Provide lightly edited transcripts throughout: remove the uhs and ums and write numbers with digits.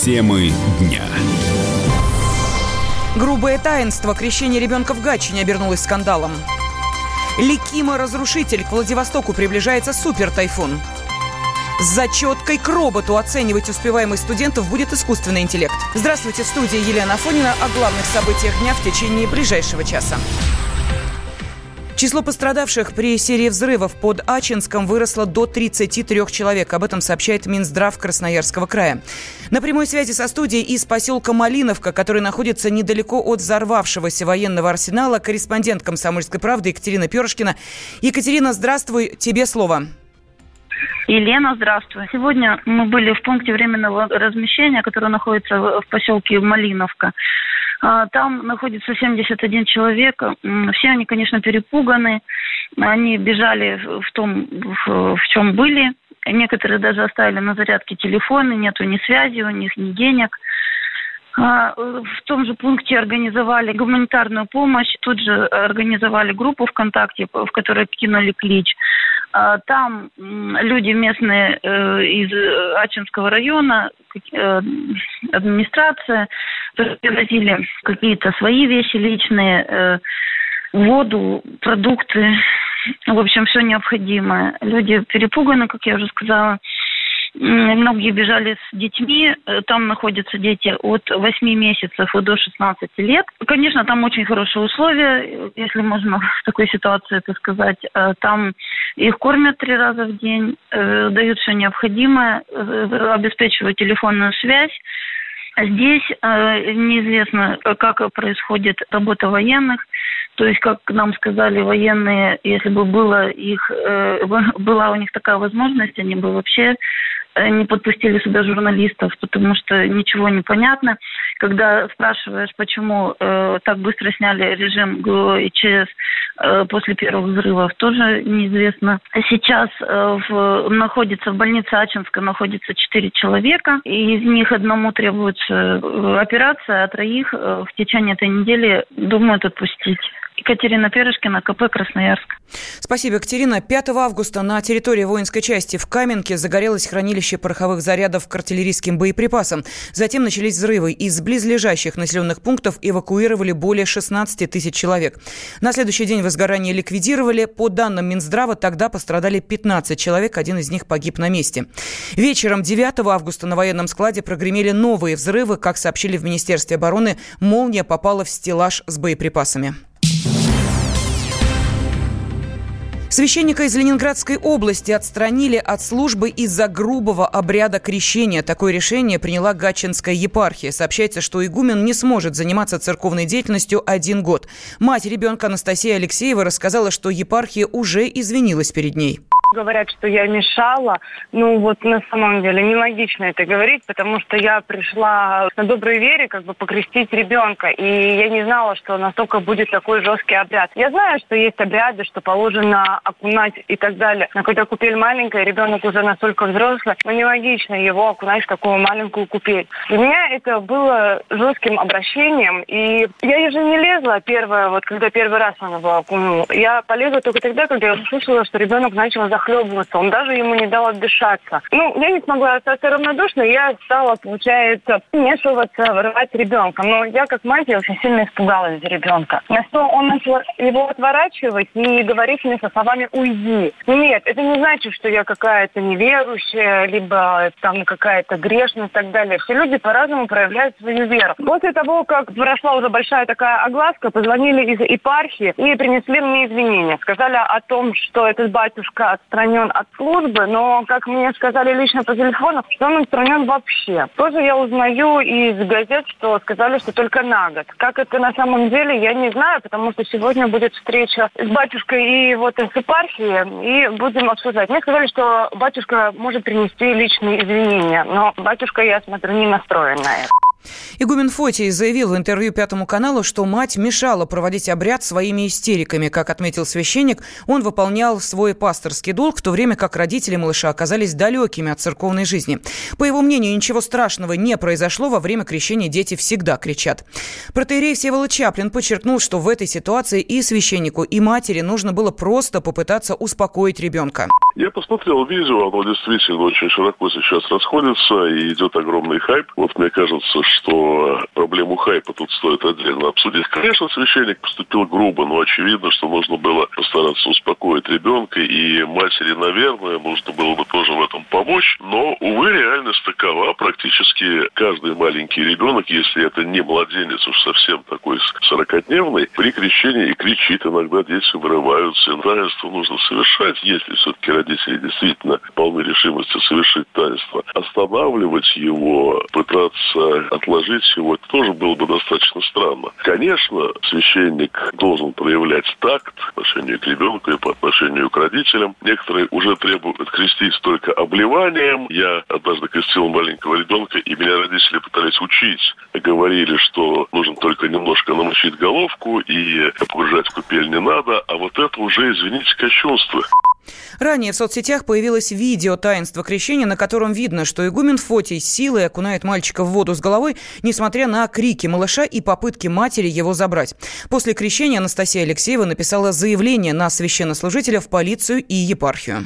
Темы дня. Грубое таинство. Крещение ребенка в Гатчине обернулось скандалом. Ликима-разрушитель. К Владивостоку приближается супертайфун. С зачеткой к роботу оценивать успеваемость студентов будет искусственный интеллект. Здравствуйте, в студии Елена Афонина о главных событиях дня в течение ближайшего часа. Число пострадавших при серии взрывов под Ачинском выросло до 33 человек. Об этом сообщает Минздрав Красноярского края. На прямой связи со студией из поселка Малиновка, который находится недалеко от взорвавшегося военного арсенала, корреспондент «Комсомольской правды» Екатерина Перышкина. Екатерина, здравствуй, тебе слово. Елена, здравствуй. Сегодня мы были в пункте временного размещения, который находится в поселке Малиновка. Там находится 71 человек. Все они, конечно, перепуганы. Они бежали в чем были. Некоторые даже оставили на зарядке телефоны. Нету ни связи у них, ни денег. В том же пункте организовали гуманитарную помощь. Тут же организовали группу ВКонтакте, в которой кинули клич. Там люди местные из Ачинского района, администрация, привозили какие-то свои вещи личные, воду, продукты, в общем, все необходимое. Люди перепуганы, как я уже сказала. Многие бежали с детьми. Там находятся дети от 8 месяцев и до 16 лет. Конечно, там очень хорошие условия, если можно в такой ситуации это сказать. Там их кормят 3 раза в день, дают все необходимое, обеспечивают телефонную связь. Здесь неизвестно, как происходит работа военных. То есть, как нам сказали военные, если бы была у них такая возможность, они бы вообще не подпустили сюда журналистов, потому что ничего не понятно. Когда спрашиваешь, почему так быстро сняли режим ГО-ЧС после первых взрывов, тоже неизвестно. Сейчас находится в больнице Ачинска 4 человека, и из них одному требуется операция, а 3 в течение этой недели думают отпустить. Екатерина Перышкина, КП «Красноярск». Спасибо, Екатерина. 5 августа на территории воинской части в Каменке загорелось хранилище пороховых зарядов к артиллерийским боеприпасам. Затем начались взрывы. Из близлежащих населенных пунктов эвакуировали более 16 тысяч человек. На следующий день возгорание ликвидировали. По данным Минздрава, тогда пострадали 15 человек. Один из них погиб на месте. Вечером 9 августа на военном складе прогремели новые взрывы. Как сообщили в Министерстве обороны, молния попала в стеллаж с боеприпасами. Священника из Ленинградской области отстранили от службы из-за грубого обряда крещения. Такое решение приняла Гатчинская епархия. Сообщается, что игумен не сможет заниматься церковной деятельностью 1 год. Мать ребенка Анастасия Алексеева рассказала, что епархия уже извинилась перед ней. Говорят, что я мешала. На самом деле нелогично это говорить, потому что я пришла на доброй вере покрестить ребенка. И я не знала, что настолько будет такой жесткий обряд. Я знаю, что есть обряды, что положено окунать и так далее. Но когда купель маленькая, ребенок уже настолько взрослый, нелогично его окунать в такую маленькую купель. Для меня это было жестким обращением. И я уже не лезла когда первый раз он его окунул. Я полезла только тогда, когда я услышала, что ребенок начал захлебываться. Он даже ему не дал отдышаться. Я не смогла остаться равнодушной, я стала, вмешиваться, вырывать ребенка. Но я, как мать, я очень сильно испугалась за ребенка. На что он начал его отворачивать и говорить мне со словами «уйди». Нет, это не значит, что я какая-то неверующая, либо какая-то грешная и так далее. Все люди по-разному проявляют свою веру. После того, как прошла уже большая такая огласка, позвонили из епархии и принесли мне извинения. Сказали о том, что этот батюшка отстранен от службы, но, как мне сказали лично по телефону, что он отстранен вообще. Тоже я узнаю из газет, что сказали, что только на год. Как это на самом деле, я не знаю, потому что сегодня будет встреча с батюшкой и с епархией, и будем обсуждать. Мне сказали, что батюшка может принести личные извинения, но батюшка, я смотрю, не настроен на это. Игумен Фотий заявил в интервью Пятому каналу, что мать мешала проводить обряд своими истериками. Как отметил священник, он выполнял свой пасторский долг, в то время как родители малыша оказались далекими от церковной жизни. По его мнению, ничего страшного не произошло. Во время крещения дети всегда кричат. Протоиерей Всеволод Чаплин подчеркнул, что в этой ситуации и священнику, и матери нужно было просто попытаться успокоить ребенка. Я посмотрел видео, оно действительно очень широко сейчас расходится и идет огромный хайп. Вот мне кажется, что проблему хайпа тут стоит отдельно обсудить. Конечно, священник поступил грубо, но очевидно, что нужно было постараться успокоить ребенка, и матери, наверное, нужно было бы тоже в этом помочь. Но, увы, реальность такова. Практически каждый маленький ребенок, если это не младенец уж совсем такой 40-дневный, при крещении и кричит. Иногда дети вырываются. И таинство нужно совершать, если все-таки родители действительно полны решимости совершить таинство. Останавливать его, пытаться отложить его, это тоже было бы достаточно странно. Конечно, священник должен проявлять такт по отношению к ребенку и по отношению к родителям. Некоторые уже требуют крестить только обливанием. Я однажды крестил маленького ребенка, и меня родители пытались учить. Говорили, что нужно только немножко намочить головку и погружать в купель не надо, а вот это уже, извините, кощунство. Ранее в соцсетях появилось видео таинства крещения, на котором видно, что игумен Фотий силой окунает мальчика в воду с головой, несмотря на крики малыша и попытки матери его забрать. После крещения Анастасия Алексеева написала заявление на священнослужителя в полицию и епархию.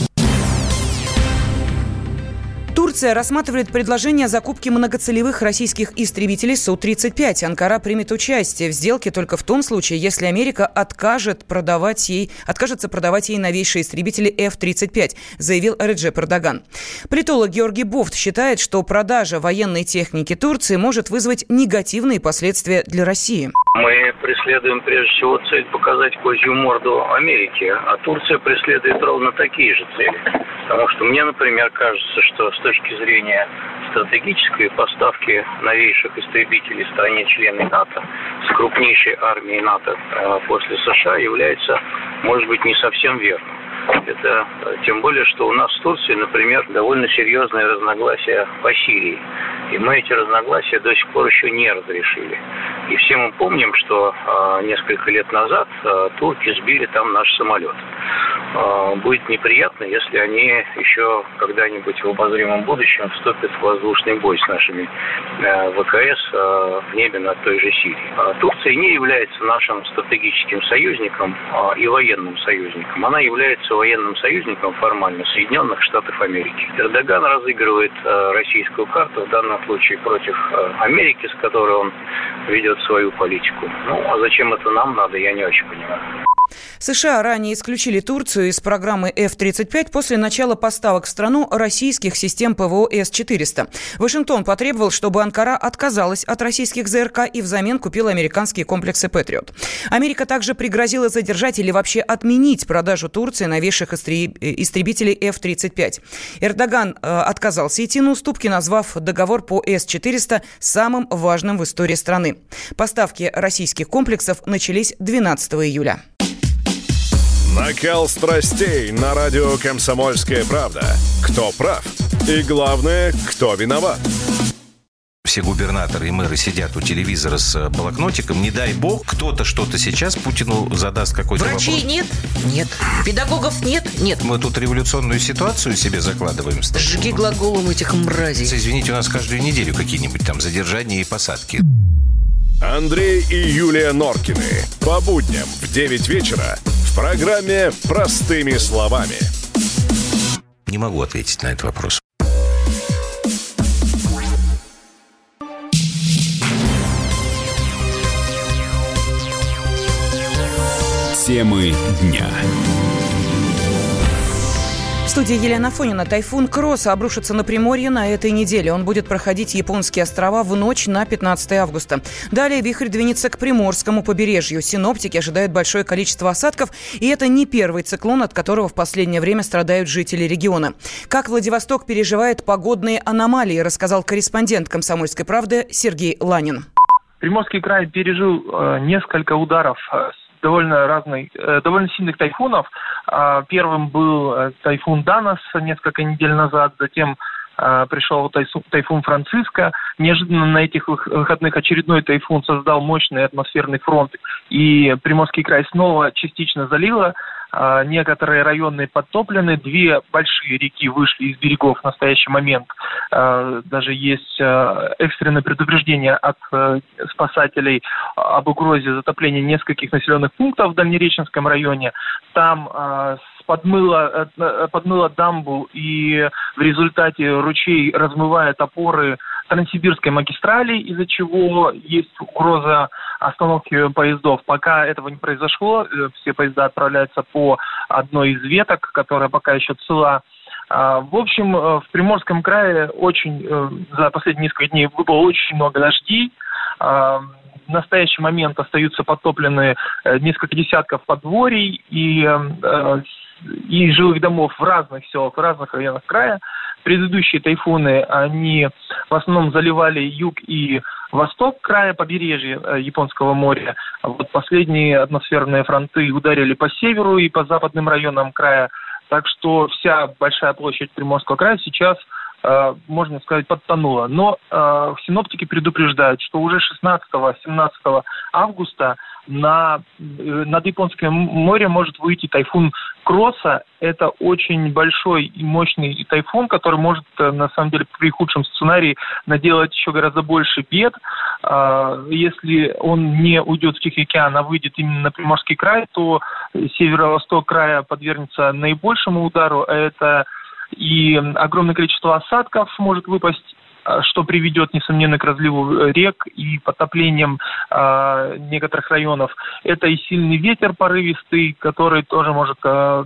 Турция рассматривает предложение о закупке многоцелевых российских истребителей Су-35. Анкара примет участие в сделке только в том случае, если Америка откажется продавать ей новейшие истребители F-35, заявил Реджеп Эрдоган. Политолог Георгий Бофт считает, что продажа военной техники Турции может вызвать негативные последствия для России. Мы преследуем прежде всего цель показать козью морду Америке, а Турция преследует ровно такие же цели. Потому что мне, например, кажется, что с точки зрения стратегической поставки новейших истребителей стране-члены НАТО с крупнейшей армией НАТО после США является, может быть, не совсем верным. Это тем более, что у нас в Турции, например, довольно серьезные разногласия по Сирии. И мы эти разногласия до сих пор еще не разрешили. И все мы помним, что несколько лет назад турки сбили там наш самолет. Будет неприятно, если они еще когда-нибудь в обозримом будущем вступят в воздушный бой с нашими ВКС в небе над той же Сирией. Турция не является нашим стратегическим союзником и военным союзником. Она является военным союзником формально Соединенных Штатов Америки. Эрдоган разыгрывает российскую карту, в данном случае против Америки, с которой он ведет свою политику. Ну, а зачем это нам надо, я не очень понимаю. США ранее исключили Турцию из программы F-35 после начала поставок в страну российских систем ПВО С-400. Вашингтон потребовал, чтобы Анкара отказалась от российских ЗРК и взамен купила американские комплексы «Патриот». Америка также пригрозила задержать или вообще отменить продажу Турции новейших истребителей F-35. Эрдоган отказался идти на уступки, назвав договор по С-400 самым важным в истории страны. Поставки российских комплексов начались 12 июля. Накал страстей на радио «Комсомольская правда». Кто прав? И главное, кто виноват? Все губернаторы и мэры сидят у телевизора с блокнотиком. Не дай бог, кто-то что-то сейчас Путину задаст какой-то вопрос. Врачей нет? Нет. Педагогов нет? Нет. Мы тут революционную ситуацию себе закладываем. Сжги глаголом этих мразей. Извините, у нас каждую неделю какие-нибудь там задержания и посадки. Андрей и Юлия Норкины. По будням в 9 вечера в программе «Простыми словами». Не могу ответить на этот вопрос. Темы дня. В студии Елена Афонина. Тайфун Кросс обрушится на Приморье на этой неделе. Он будет проходить японские острова в ночь на 15 августа. Далее вихрь двинется к Приморскому побережью. Синоптики ожидают большое количество осадков, и это не первый циклон, от которого в последнее время страдают жители региона. Как Владивосток переживает погодные аномалии, рассказал корреспондент «Комсомольской правды» Сергей Ланин. Приморский край пережил несколько ударов довольно сильных тайфунов. Первым был тайфун Данас несколько недель назад, затем пришел тайфун Франциско. Неожиданно на этих выходных очередной тайфун создал мощный атмосферный фронт, и Приморский край снова частично залило. некоторые районы подтоплены, 2 большие реки вышли из берегов в настоящий момент. Даже есть экстренное предупреждение от спасателей об угрозе затопления нескольких населенных пунктов в Дальнереченском районе. Там подмыло дамбу, и в результате ручей размывает опоры Транссибирской магистрали, из-за чего есть угроза остановки поездов. Пока этого не произошло, все поезда отправляются по одной из веток, которая пока еще цела. В общем, в Приморском крае за последние несколько дней выпало очень много дождей. В настоящий момент остаются подтоплены несколько десятков подворий и жилых домов в разных селах, в разных районах края. Предыдущие тайфуны, они в основном заливали юг и восток края, побережья Японского моря. Вот последние атмосферные фронты ударили по северу и по западным районам края. Так что вся большая площадь Приморского края сейчас, можно сказать, подтонула. Но синоптики предупреждают, что уже 16-17 августа над Японским морем может выйти тайфун Кросса. Это очень большой и мощный тайфун, который может, на самом деле, при худшем сценарии наделать еще гораздо больше бед. Если он не уйдет в Тихий океан, а выйдет именно на Приморский край, то северо-восток края подвергнется наибольшему удару. Это и огромное количество осадков может выпасть, что приведет, несомненно, к разливу рек и потоплениям некоторых районов. Это и сильный ветер порывистый, который тоже может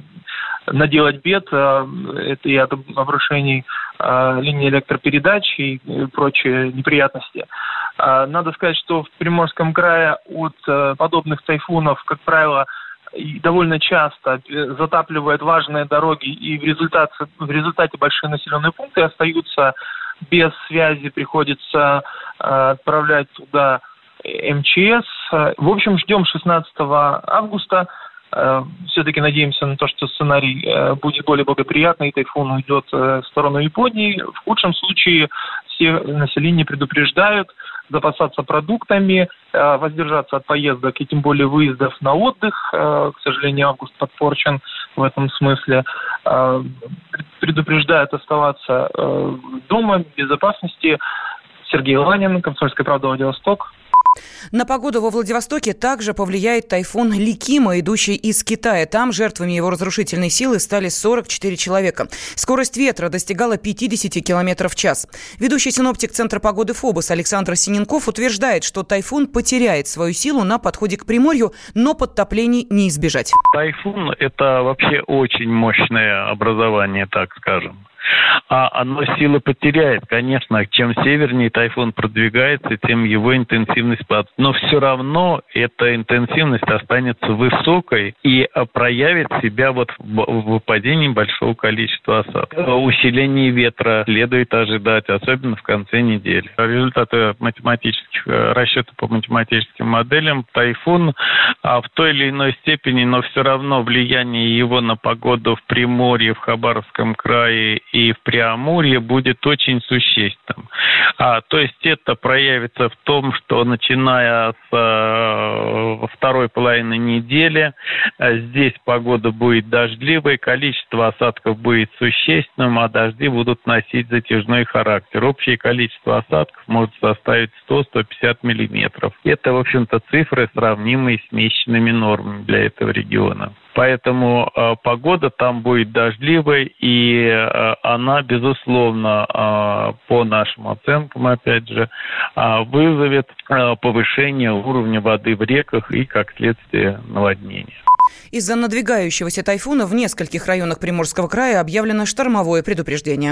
наделать бед. Это и от обрушений линии электропередач и прочие неприятности. Надо сказать, что в Приморском крае от подобных тайфунов, как правило, и довольно часто затапливают важные дороги, и в результате большие населенные пункты остаются без связи, приходится отправлять туда МЧС. В общем, ждем 16 августа. Все-таки надеемся на то, что сценарий будет более благоприятный, и тайфун уйдет в сторону Японии. В худшем случае все население предупреждают запасаться продуктами, воздержаться от поездок и тем более выездов на отдых. К сожалению, август подпорчен в этом смысле. Предупреждают оставаться дома в безопасности. Сергей Ланин, «Комсомольская правда», Владивосток. На погоду во Владивостоке также повлияет тайфун Ликима, идущий из Китая. Там жертвами его разрушительной силы стали 44 человека. Скорость ветра достигала 50 км в час. Ведущий синоптик Центра погоды ФОБОС Александр Синенков утверждает, что тайфун потеряет свою силу на подходе к Приморью, но подтоплений не избежать. Тайфун – это вообще очень мощное образование, так скажем. А оно силы потеряет. Конечно, чем севернее тайфун продвигается, тем его интенсивность падает. Но все равно эта интенсивность останется высокой и проявит себя в выпадении большого количества осадков. Усиление ветра следует ожидать, особенно в конце недели. Результаты математических расчетов по математическим моделям, тайфун в той или иной степени, но все равно влияние его на погоду в Приморье, в Хабаровском крае и в Преамурье будет очень существенным. То есть это проявится в том, что начиная с второй половины недели здесь погода будет дождливой, количество осадков будет существенным, а дожди будут носить затяжной характер. Общее количество осадков может составить 100-150 миллиметров. Это, в общем-то, цифры, сравнимые с месячными нормами для этого региона. Поэтому погода там будет дождливой, и она, безусловно, по нашим оценкам, опять же, вызовет повышение уровня воды в реках и, как следствие, наводнения. Из-за надвигающегося тайфуна в нескольких районах Приморского края объявлено штормовое предупреждение.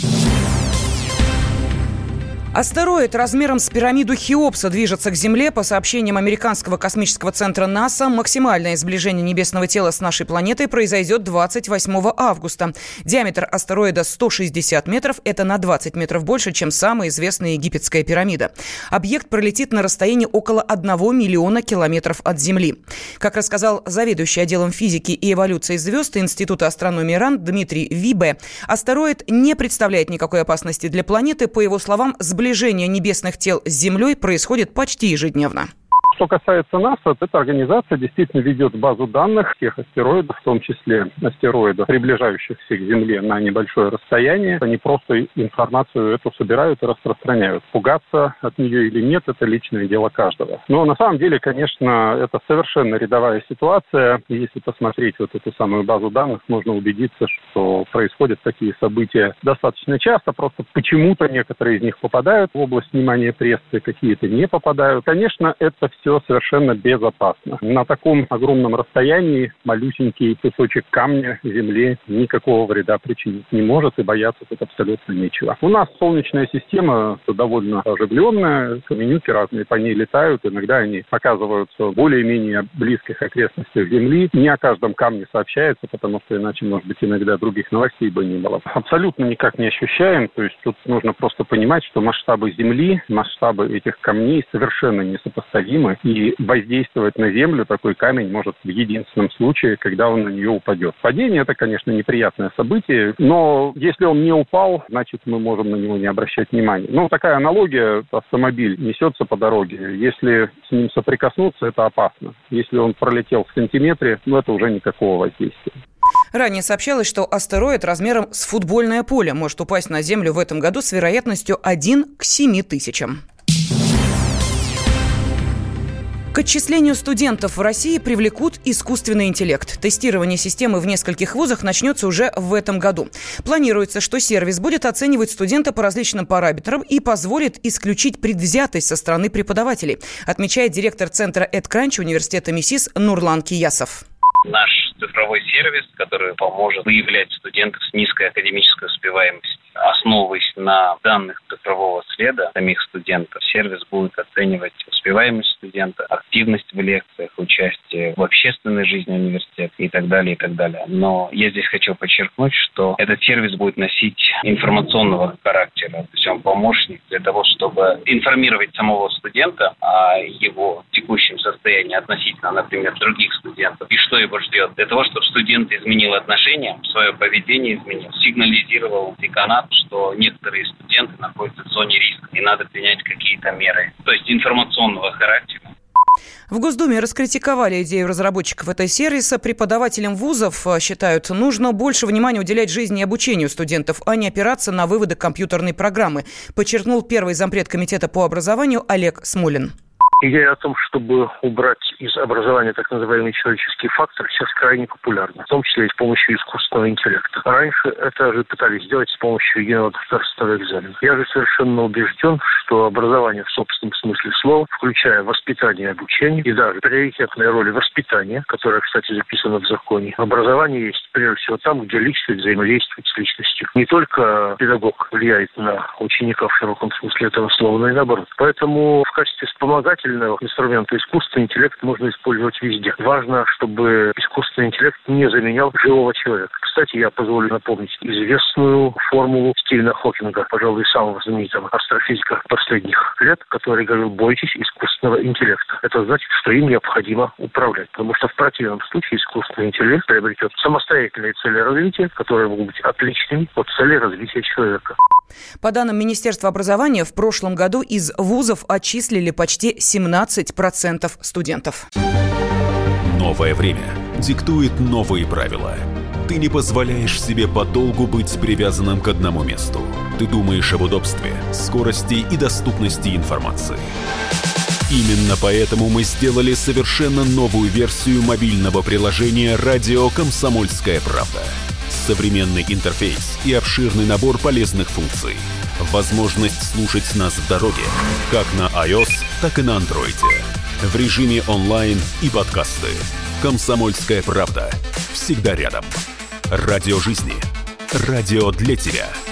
Астероид размером с пирамиду Хеопса движется к Земле. По сообщениям американского космического центра НАСА, максимальное сближение небесного тела с нашей планетой произойдет 28 августа. Диаметр астероида 160 метров. Это на 20 метров больше, чем самая известная египетская пирамида. Объект пролетит на расстоянии около 1 миллиона километров от Земли. Как рассказал заведующий отделом физики и эволюции звезд Института астрономии РАН Дмитрий Вибе, астероид не представляет никакой опасности для планеты. По его словам, сближение небесных тел с Землей происходит почти ежедневно. Что касается НАСА, эта организация действительно ведет базу данных всех астероидов, в том числе астероидов, приближающихся к Земле на небольшое расстояние. Они просто информацию эту собирают и распространяют. Пугаться от нее или нет, это личное дело каждого. Но на самом деле, конечно, это совершенно рядовая ситуация. И если посмотреть вот эту самую базу данных, можно убедиться, что происходят такие события достаточно часто. Просто почему-то некоторые из них попадают в область внимания прессы, какие-то не попадают. Конечно, это все совершенно безопасно. На таком огромном расстоянии малюсенький кусочек камня Земле никакого вреда причинить не может, и бояться тут абсолютно нечего. У нас Солнечная система довольно оживленная, каменюки разные по ней летают, иногда они оказываются в более-менее близких окрестностях Земли. Не о каждом камне сообщается, потому что иначе, может быть, иногда других новостей бы не было. Абсолютно никак не ощущаем, то есть тут нужно просто понимать, что масштабы Земли, масштабы этих камней совершенно несопоставимы, и воздействовать на Землю такой камень может в единственном случае, когда он на нее упадет. Падение – это, конечно, неприятное событие, но если он не упал, значит, мы можем на него не обращать внимания. Ну, такая аналогия: автомобиль несется по дороге, если с ним соприкоснуться, это опасно. Если он пролетел в сантиметре, это уже никакого воздействия. Ранее сообщалось, что астероид размером с футбольное поле может упасть на Землю в этом году с вероятностью 1 к 7 тысячам. К отчислению студентов в России привлекут искусственный интеллект. Тестирование системы в нескольких вузах начнется уже в этом году. Планируется, что сервис будет оценивать студента по различным параметрам и позволит исключить предвзятость со стороны преподавателей, отмечает директор центра EdCrunch университета МИСИС Нурлан Киясов. Наш цифровой сервис, который поможет выявлять студентов с низкой академической успеваемостью, основываясь на данных цифрового следа самих студентов, сервис будет оценивать успеваемость студента, активность в лекциях, участие в общественной жизни университета и так далее, и так далее. Но я здесь хочу подчеркнуть, что этот сервис будет носить информационного характера. То есть он помощник для того, чтобы информировать самого студента о его текущем состоянии относительно, например, других студентов, и что его ждет. Для того, чтобы студент изменил отношения, свое поведение изменил, сигнализировал деканат, что некоторые студенты находятся в зоне риска и надо принять какие-то меры. То есть информационного характера. В Госдуме раскритиковали идею разработчиков этого сервиса. Преподавателям вузов, считают, нужно больше внимания уделять жизни и обучению студентов, а не опираться на выводы компьютерной программы, подчеркнул первый зампред комитета по образованию Олег Смолин. Идея о том, чтобы убрать из образования так называемый человеческий фактор, сейчас крайне популярна, в том числе и с помощью искусственного интеллекта. Раньше это же пытались сделать с помощью единого государственного экзамена. Я же совершенно убежден, что образование в собственном смысле слова, включая воспитание и обучение, и даже приоритетная роль воспитания, которая, кстати, записана в законе, образование есть прежде всего там, где личность взаимодействует с личностью. Не только педагог влияет на ученика в широком смысле этого слова, но и наоборот. Поэтому в качестве вспомогательного инструмента искусственный интеллект можно использовать везде. Важно, чтобы искусственный интеллект не заменял живого человека. Кстати, я позволю напомнить известную формулу Стивена Хокинга, пожалуй, самого знаменитого астрофизика последних лет, который говорил: бойтесь искусственного интеллекта. Это значит, что им необходимо управлять, потому что в противном случае искусственный интеллект приобретет самостоятельные цели развития, которые могут быть отличными от целей развития человека. По данным Министерства образования, в прошлом году из вузов отчислили почти 17% студентов. Новое время диктует новые правила. Ты не позволяешь себе подолгу быть привязанным к одному месту. Ты думаешь об удобстве, скорости и доступности информации. Именно поэтому мы сделали совершенно новую версию мобильного приложения «Радио Комсомольская правда». Современный интерфейс и обширный набор полезных функций. Возможность слушать нас в дороге, как на iOS, так и на Android. В режиме онлайн и подкасты. «Комсомольская правда». Всегда рядом. Радио жизни. Радио для тебя.